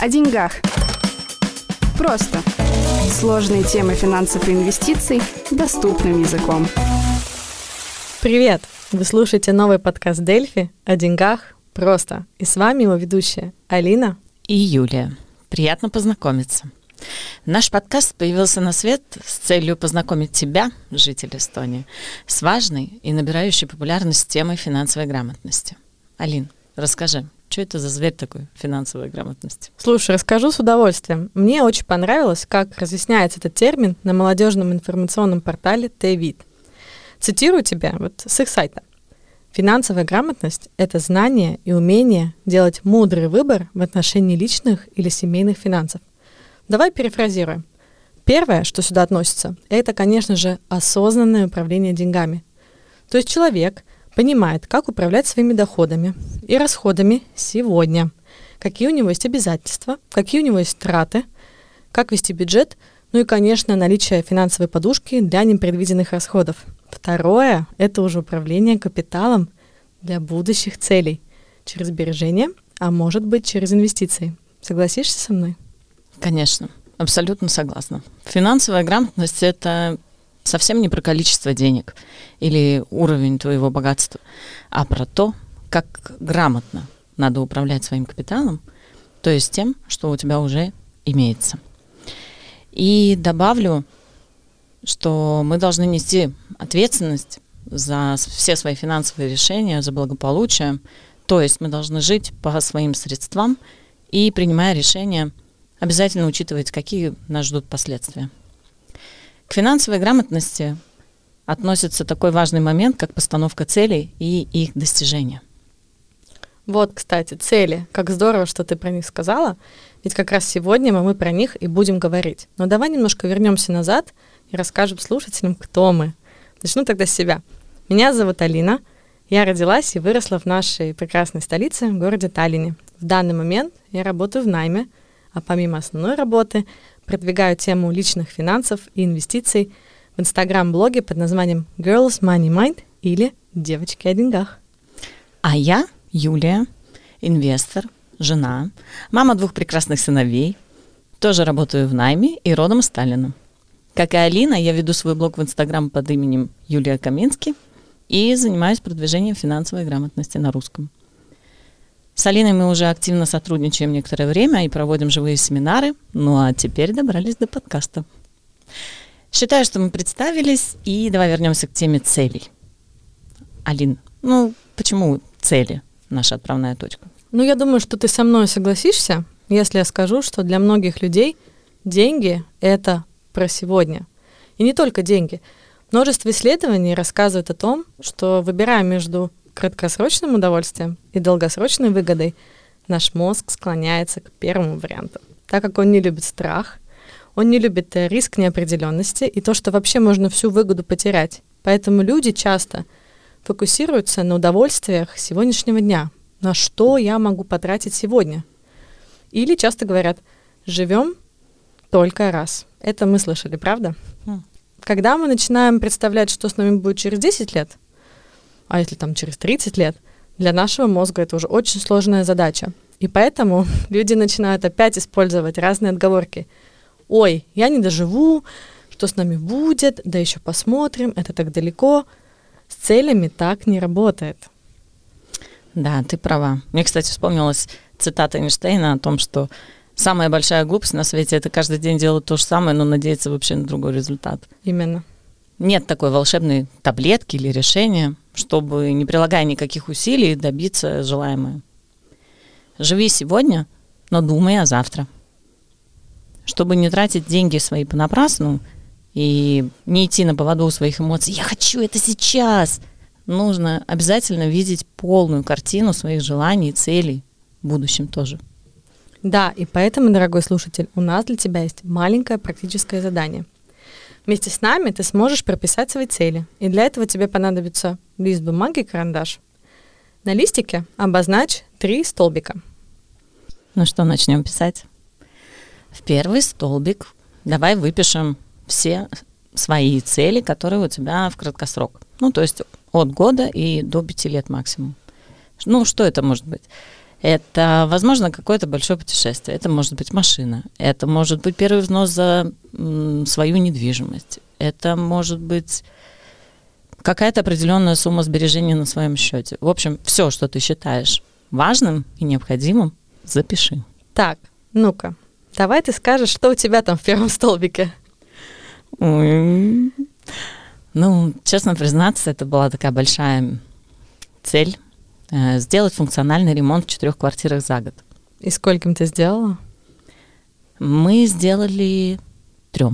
О деньгах. Просто. Сложные темы финансов и инвестиций доступным языком. Привет! Вы слушаете новый подкаст Дельфи о деньгах просто. И с вами его ведущие Алина и Юлия. Приятно познакомиться. Наш подкаст появился на свет с целью познакомить тебя, житель Эстонии, с важной и набирающей популярность темой финансовой грамотности. Алин, расскажи, что это за зверь такой финансовой грамотности? Слушай, расскажу с удовольствием. Мне очень понравилось, как разъясняется этот термин на молодежном информационном портале T-Вид. Цитирую тебя с их сайта. Финансовая грамотность – это знание и умение делать мудрый выбор в отношении личных или семейных финансов. Давай перефразируем. Первое, что сюда относится, это, конечно же, осознанное управление деньгами. То есть человек понимает, как управлять своими доходами и расходами сегодня, какие у него есть обязательства, какие у него есть траты, как вести бюджет, ну и, конечно, наличие финансовой подушки для непредвиденных расходов. Второе – это уже управление капиталом для будущих целей через сбережения, а может быть через инвестиции. Согласишься со мной? Конечно, абсолютно согласна. Финансовая грамотность – это совсем не про количество денег или уровень твоего богатства, а про то, как грамотно надо управлять своим капиталом, то есть тем, что у тебя уже имеется. И добавлю, что мы должны нести ответственность за все свои финансовые решения, за благополучие, то есть мы должны жить по своим средствам и, принимая решения, обязательно учитывать, какие нас ждут последствия. К финансовой грамотности относится такой важный момент, как постановка целей и их достижение. Вот, кстати, цели. Как здорово, что ты про них сказала. Ведь как раз сегодня мы про них и будем говорить. Но давай немножко вернемся назад и расскажем слушателям, кто мы. Начну тогда с себя. Меня зовут Алина. Я родилась и выросла в нашей прекрасной столице, в городе Таллине. В данный момент я работаю в найме, а помимо основной работы продвигаю тему личных финансов и инвестиций в инстаграм-блоге под названием Girls Money Mind или «Девочки о деньгах». А я Юлия, инвестор, жена, мама 2 прекрасных сыновей, тоже работаю в найме и родом из Таллина. Как и Алина, я веду свой блог в инстаграм под именем Юлия Камински и занимаюсь продвижением финансовой грамотности на русском. С Алиной мы уже активно сотрудничаем некоторое время и проводим живые семинары, ну а теперь добрались до подкаста. Считаю, что мы представились, и давай вернемся к теме целей. Алин, почему цели наша отправная точка? Я думаю, что ты со мной согласишься, если я скажу, что для многих людей деньги – это про сегодня. И не только деньги. Множество исследований рассказывают о том, что, выбирая между краткосрочным удовольствием и долгосрочной выгодой, наш мозг склоняется к первому варианту, так как он не любит страх, он не любит риск неопределенности и то, что вообще можно всю выгоду потерять. Поэтому люди часто фокусируются на удовольствиях сегодняшнего дня, на что я могу потратить сегодня. Или часто говорят, живем только раз. Это мы слышали, правда? Когда мы начинаем представлять, что с нами будет через 10 лет, а если через 30 лет, для нашего мозга это уже очень сложная задача. И поэтому люди начинают опять использовать разные отговорки. Ой, я не доживу, что с нами будет, да еще посмотрим, это так далеко. С целями так не работает. Да, ты права. Мне, кстати, вспомнилась цитата Эйнштейна о том, что самая большая глупость на свете – это каждый день делать то же самое, но надеяться вообще на другой результат. Именно. Нет такой волшебной таблетки или решения, чтобы, не прилагая никаких усилий, добиться желаемого. Живи сегодня, но думай о завтра. Чтобы не тратить деньги свои понапрасну и не идти на поводу у своих эмоций «я хочу это сейчас», нужно обязательно видеть полную картину своих желаний и целей в будущем тоже. Да, и поэтому, дорогой слушатель, у нас для тебя есть маленькое практическое задание. Вместе с нами ты сможешь прописать свои цели, и для этого тебе понадобится лист бумаги и карандаш. На листике обозначь 3 столбика. Ну что, начнем писать? В первый столбик давай выпишем все свои цели, которые у тебя в краткосрок. То есть от года и до 5 лет максимум. Что это может быть? Это, возможно, какое-то большое путешествие. Это может быть машина. Это может быть первый взнос за свою недвижимость. Это может быть какая-то определенная сумма сбережений на своем счете. В общем, все, что ты считаешь важным и необходимым, запиши. Так, ну-ка, давай ты скажешь, что у тебя там в первом столбике. Ну, честно признаться, это была такая большая цель сделать функциональный ремонт в 4 квартирах за год. И скольким ты сделала? Мы сделали 3.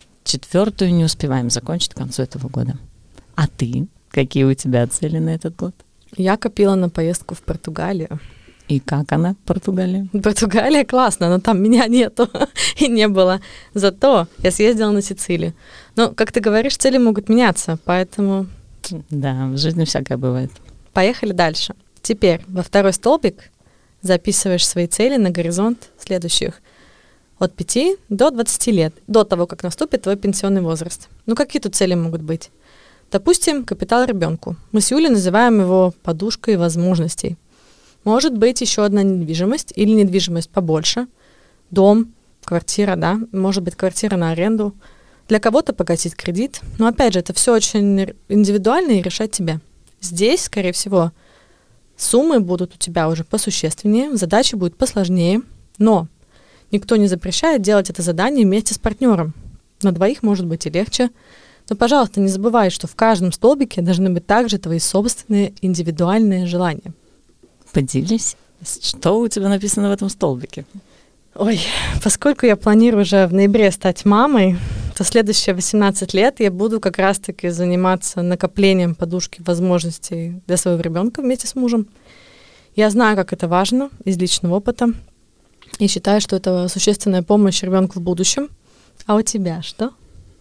4 не успеваем закончить к концу этого года. А ты? Какие у тебя цели на этот год? Я копила на поездку в Португалию. И как она, Португалия? Португалия классно, но там меня нету и не было. Зато я съездила на Сицилию. Но, как ты говоришь, цели могут меняться, поэтому... Да, в жизни всякое бывает. Поехали дальше. Теперь во второй столбик записываешь свои цели на горизонт следующих. От 5 до 20 лет, до того, как наступит твой пенсионный возраст. Ну, какие тут цели могут быть? Допустим, капитал ребенку. Мы с Юлей называем его подушкой возможностей. Может быть еще одна недвижимость или недвижимость побольше. Дом, квартира, да. Может быть, квартира на аренду. Для кого-то погасить кредит. Но опять же, это все очень индивидуально и решать тебе. Здесь, скорее всего, суммы будут у тебя уже посущественнее, задачи будут посложнее, но никто не запрещает делать это задание вместе с партнером. На двоих может быть и легче. Но, пожалуйста, не забывай, что в каждом столбике должны быть также твои собственные индивидуальные желания. Поделись, что у тебя написано в этом столбике? Ой, поскольку я планирую уже в ноябре стать мамой, то следующие 18 лет я буду как раз-таки заниматься накоплением подушки возможностей для своего ребенка вместе с мужем. Я знаю, как это важно из личного опыта, и считаю, что это существенная помощь ребенку в будущем. А у тебя что?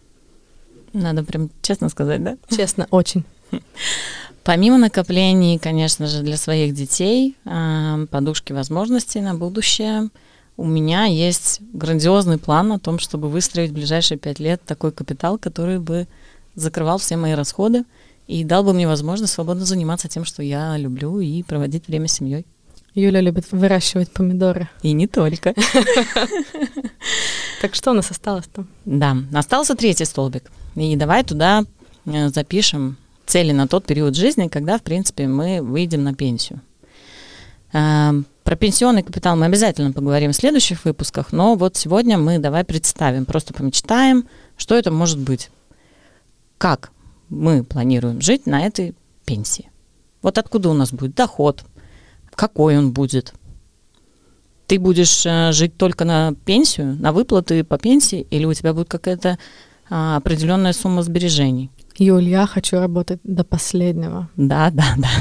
Надо прям честно сказать, да? Честно, очень. Помимо накоплений, конечно же, для своих детей, подушки возможностей на будущее, у меня есть грандиозный план о том, чтобы выстроить в ближайшие 5 лет такой капитал, который бы закрывал все мои расходы и дал бы мне возможность свободно заниматься тем, что я люблю, и проводить время с семьей. Юля любит выращивать помидоры. И не только. Так что у нас осталось-то? Да, остался 3 столбик. И давай туда запишем цели на тот период жизни, когда, в принципе, мы выйдем на пенсию. Про пенсионный капитал мы обязательно поговорим в следующих выпусках, но вот сегодня мы давай представим, просто помечтаем, что это может быть. Как мы планируем жить на этой пенсии? Вот откуда у нас будет доход? Какой он будет? Ты будешь жить только на пенсию, на выплаты по пенсии, или у тебя будет какая-то определенная сумма сбережений? Юль, я хочу работать до последнего. Да.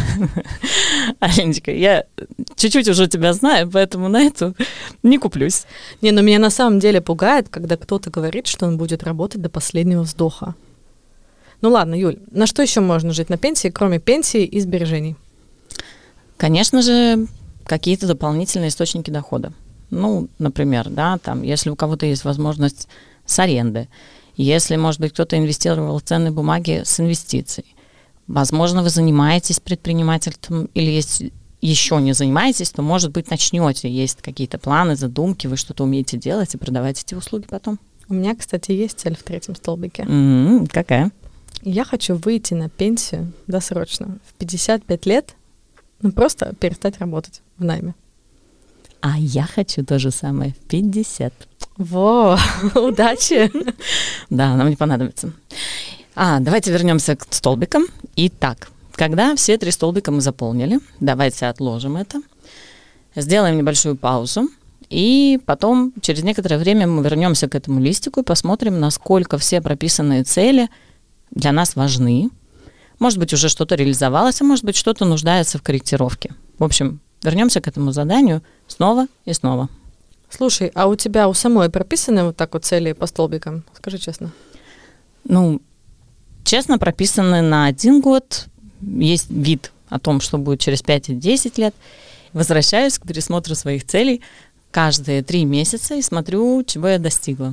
Аленечка, я чуть-чуть уже тебя знаю, поэтому на эту не куплюсь. Не, но меня на самом деле пугает, когда кто-то говорит, что он будет работать до последнего вздоха. Ну ладно, Юль, на что еще можно жить на пенсии, кроме пенсии и сбережений? Конечно же, какие-то дополнительные источники дохода. Ну, например, да, там, если у кого-то есть возможность с аренды, если, может быть, кто-то инвестировал в ценные бумаги с инвестиций. Возможно, вы занимаетесь предпринимательством или если еще не занимаетесь, то, может быть, начнете. Есть какие-то планы, задумки, вы что-то умеете делать и продавать эти услуги потом. У меня, кстати, есть цель в 3 столбике. Какая? Я хочу выйти на пенсию досрочно в 55 лет, ну просто перестать работать в найме. А я хочу то же самое в 50. Во, удачи! Да, нам не понадобится. Давайте вернемся к столбикам. Итак, когда все 3 столбика мы заполнили, давайте отложим это, сделаем небольшую паузу, и потом через некоторое время мы вернемся к этому листику и посмотрим, насколько все прописанные цели для нас важны. Может быть, уже что-то реализовалось, а может быть, что-то нуждается в корректировке. В общем, вернемся к этому заданию снова и снова. Слушай, а у тебя у самой прописаны вот так вот цели по столбикам? Скажи честно. Ну, честно, прописаны на 1 год. Есть вид о том, что будет через 5 и 10 лет. Возвращаюсь к пересмотру своих целей каждые 3 месяца и смотрю, чего я достигла.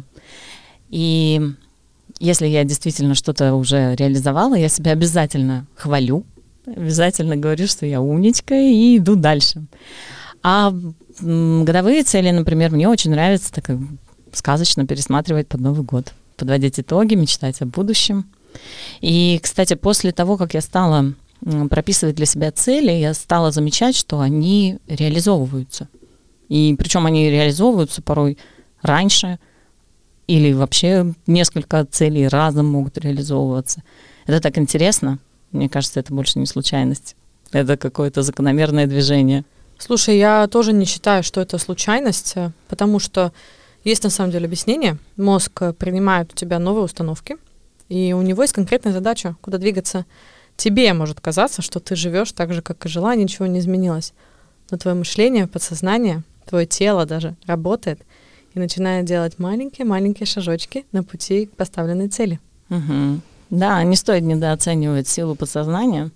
И если я действительно что-то уже реализовала, я себя обязательно хвалю, обязательно говорю, что я умничка, и иду дальше. А годовые цели, например, мне очень нравится так сказочно пересматривать под Новый год, подводить итоги, мечтать о будущем. И, кстати, после того, как я стала прописывать для себя цели, я стала замечать, что они реализовываются. И причем они реализовываются порой раньше, или вообще несколько целей разом могут реализовываться. Это так интересно. Мне кажется, это больше не случайность. Это какое-то закономерное движение. Слушай, я тоже не считаю, что это случайность, потому что есть на самом деле объяснение. Мозг принимает у тебя новые установки, и у него есть конкретная задача, куда двигаться. Тебе может казаться, что ты живешь так же, как и жила, ничего не изменилось. Но твое мышление, подсознание, твое тело даже работает и начинает делать маленькие-маленькие шажочки на пути к поставленной цели. Угу. Да, не стоит недооценивать силу подсознания.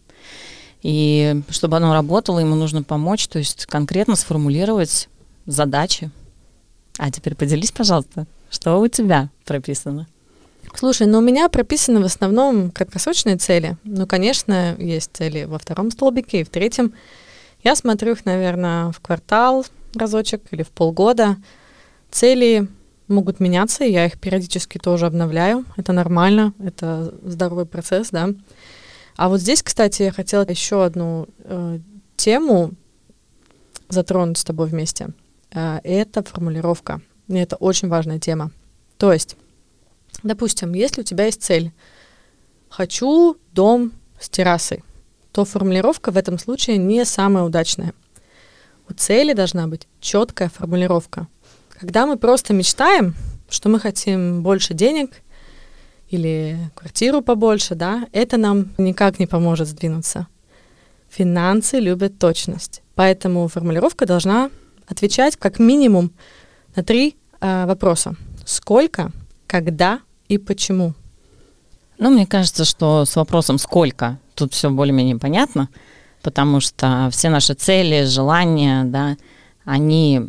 И чтобы оно работало, ему нужно помочь, то есть конкретно сформулировать задачи. А теперь поделись, пожалуйста, что у тебя прописано? Слушай, у меня прописаны в основном краткосрочные цели. Конечно, есть цели во втором столбике и в третьем. Я смотрю их, наверное, в квартал разочек или в полгода. Цели могут меняться, я их периодически тоже обновляю. Это нормально, это здоровый процесс, да. А вот здесь, кстати, я хотела еще одну тему затронуть с тобой вместе. Это формулировка. И это очень важная тема. То есть, допустим, если у тебя есть цель «хочу дом с террасой», то формулировка в этом случае не самая удачная. У цели должна быть четкая формулировка. Когда мы просто мечтаем, что мы хотим больше денег или квартиру побольше, да, это нам никак не поможет сдвинуться. Финансы любят точность, поэтому формулировка должна отвечать как минимум на 3 вопроса. Сколько, когда и почему? Мне кажется, что с вопросом «сколько» тут все более-менее понятно, потому что все наши цели, желания, да, они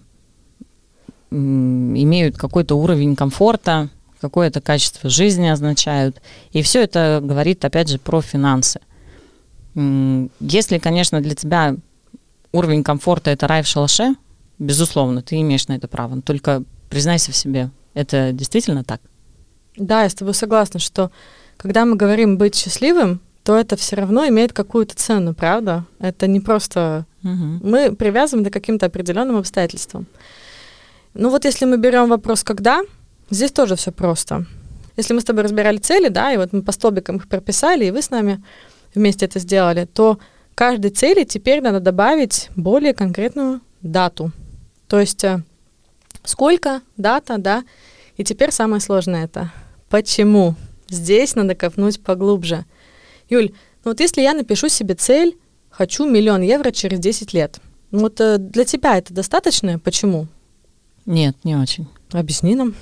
имеют какой-то уровень комфорта, какое-то качество жизни означают. И все это говорит, опять же, про финансы. Если, конечно, для тебя уровень комфорта – это рай в шалаше, безусловно, ты имеешь на это право. Но только признайся в себе, это действительно так? Да, я с тобой согласна, что когда мы говорим «быть счастливым», то это все равно имеет какую-то цену, правда? Это не просто... Мы привязываем это к каким-то определенным обстоятельствам. Если мы берем вопрос «когда», здесь тоже все просто. Если мы с тобой разбирали цели, да, и вот мы по столбикам их прописали, и вы с нами вместе это сделали, то каждой цели теперь надо добавить более конкретную дату. То есть сколько, дата, да, и теперь самое сложное это почему. Здесь надо копнуть поглубже. Юль, если я напишу себе цель «хочу 1 000 000 евро через 10 лет», для тебя это достаточно? Почему? Нет, не очень. Объясни нам.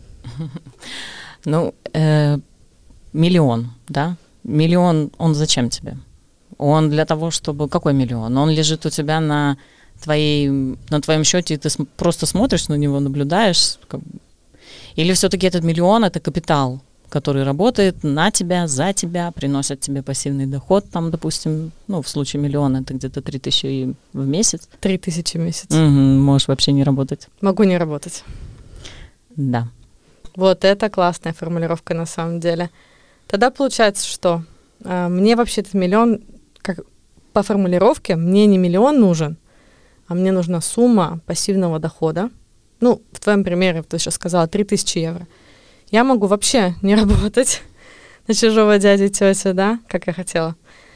1 миллион, да? 1 миллион, он зачем тебе? Он для того, чтобы... Какой 1 миллион? Он лежит у тебя на твоем счете, и ты просто смотришь на него, наблюдаешь? Или все-таки этот 1 миллион – это капитал, который работает на тебя, за тебя, приносит тебе пассивный доход, там, допустим, в случае 1 000 000 это где-то 3000 в месяц. 3000 в месяц. Можешь вообще не работать. Могу не работать. Да. Вот это классная формулировка на самом деле. Тогда получается, что мне вообще этот 1 000 000, как по формулировке, мне не 1 миллион нужен, а мне нужна сумма пассивного дохода. В твоем примере, ты сейчас сказала, 3000 евро. Я могу вообще не работать на чужого дядю и тетю, да, как я хотела.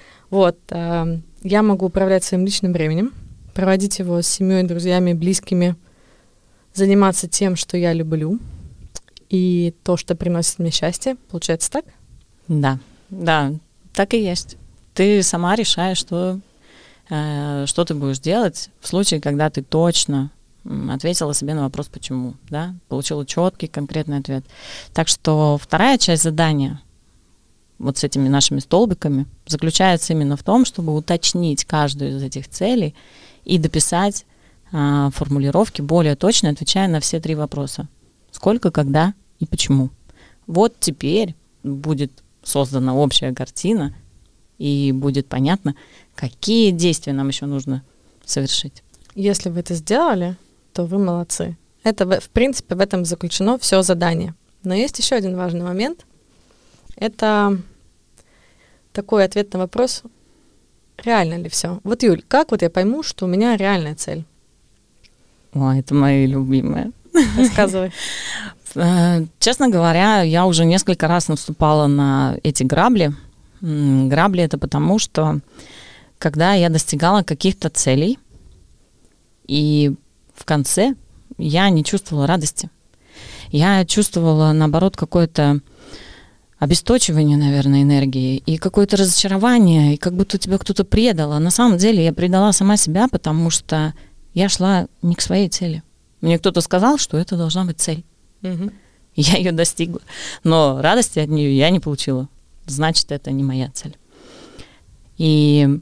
Я могу управлять своим личным временем, проводить его с семьей, друзьями, близкими, заниматься тем, что я люблю, и то, что приносит мне счастье. Получается так? Да, так и есть. Ты сама решаешь, что ты будешь делать в случае, когда ты точно ответила себе на вопрос «почему?», да, получила четкий, конкретный ответ. Так что вторая часть задания вот с этими нашими столбиками заключается именно в том, чтобы уточнить каждую из этих целей и дописать формулировки более точно, отвечая на все 3 вопроса. Сколько, когда и почему. Вот теперь будет создана общая картина, и будет понятно, какие действия нам еще нужно совершить. Если вы это сделали, то вы молодцы. Это, в принципе, в этом заключено все задание. Но есть еще один важный момент. Это такой ответ на вопрос, реально ли все. Вот, Юль, как вот я пойму, что у меня реальная цель? О, это мои любимые. Рассказывай. Честно говоря, я уже несколько раз наступала на эти грабли. Грабли — это потому, что когда я достигала каких-то целей, и в конце я не чувствовала радости. Я чувствовала, наоборот, какое-то обесточивание, наверное, энергии, и какое-то разочарование, и как будто тебя кто-то предал. А на самом деле я предала сама себя, потому что я шла не к своей цели. Мне кто-то сказал, что это должна быть цель. Угу. Я ее достигла. Но радости от нее я не получила. Значит, это не моя цель. И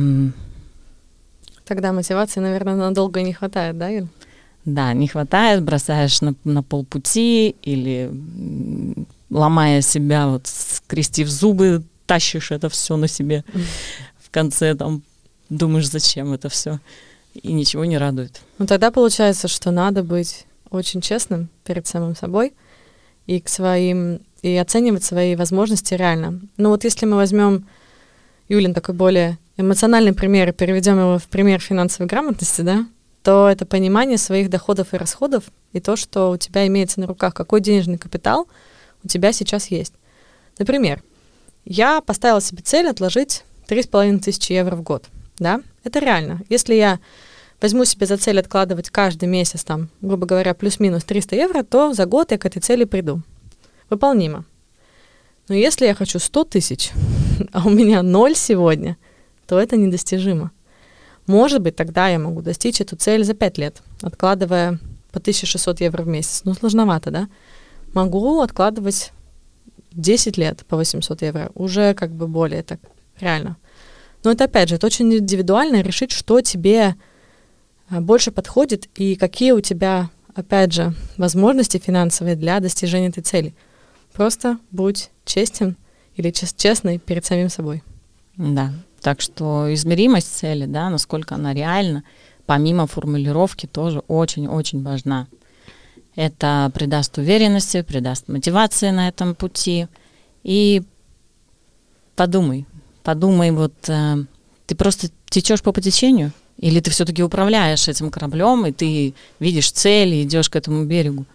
тогда мотивации, наверное, надолго не хватает, да, Юль? Да, не хватает, бросаешь на полпути или, ломая себя, вот скрестив зубы, тащишь это все на себе. В конце там думаешь, зачем это все, и ничего не радует. Ну тогда получается, что надо быть очень честным перед самим собой и и оценивать свои возможности реально. Ну вот если мы возьмем Юлин такой более эмоциональный пример и переведем его в пример финансовой грамотности, да, то это понимание своих доходов и расходов и то, что у тебя имеется на руках, какой денежный капитал у тебя сейчас есть. Например, я поставила себе цель отложить 3500 евро в год, да, это реально. Если я возьму себе за цель откладывать каждый месяц, там, грубо говоря, плюс-минус 300 евро, то за год я к этой цели приду. Выполнимо. Но если я хочу 100 тысяч, а у меня 0 сегодня, то это недостижимо. Может быть, тогда я могу достичь эту цель за 5 лет, откладывая по 1600 евро в месяц. Ну, сложновато, да? Могу откладывать 10 лет по 800 евро, уже как бы более так реально. Но это, опять же, это очень индивидуально решить, что тебе больше подходит и какие у тебя, опять же, возможности финансовые для достижения этой цели. Просто будь честен или честной перед самим собой. Да, так что измеримость цели, да, насколько она реальна, помимо формулировки, тоже очень-очень важна. Это придаст уверенности, придаст мотивации на этом пути. И подумай, вот ты просто течешь по течению, или ты все-таки управляешь этим кораблем, и ты видишь цель и идешь к этому берегу.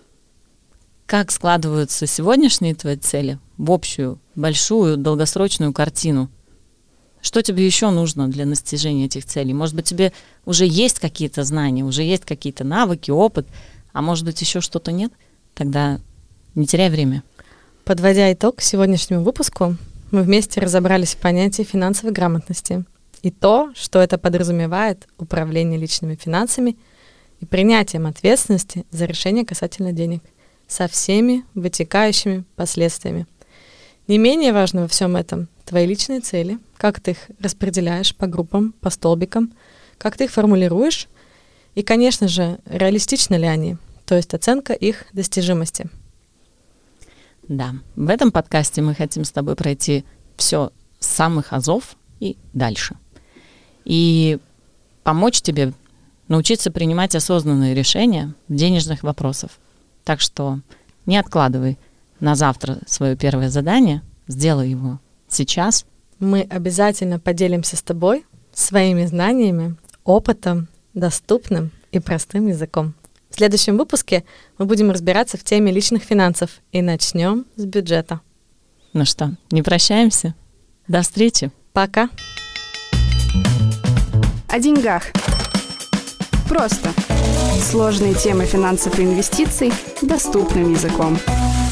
Как складываются сегодняшние твои цели в общую, большую, долгосрочную картину? Что тебе еще нужно для достижения этих целей? Может быть, тебе уже есть какие-то знания, уже есть какие-то навыки, опыт, а может быть, еще что-то нет? Тогда не теряй время. Подводя итог сегодняшнему выпуску, мы вместе разобрались в понятии финансовой грамотности и то, что это подразумевает управление личными финансами и принятием ответственности за решения касательно денег со всеми вытекающими последствиями. Не менее важно во всем этом твои личные цели, как ты их распределяешь по группам, по столбикам, как ты их формулируешь, и, конечно же, реалистичны ли они, то есть оценка их достижимости. Да, в этом подкасте мы хотим с тобой пройти все с самых азов и дальше. И помочь тебе научиться принимать осознанные решения в денежных вопросах. Так что не откладывай на завтра свое первое задание, сделай его сейчас. Мы обязательно поделимся с тобой своими знаниями, опытом, доступным и простым языком. В следующем выпуске мы будем разбираться в теме личных финансов и начнем с бюджета. Ну что, не прощаемся? До встречи. Пока. О деньгах. Просто. Сложные темы финансов и инвестиций доступным языком.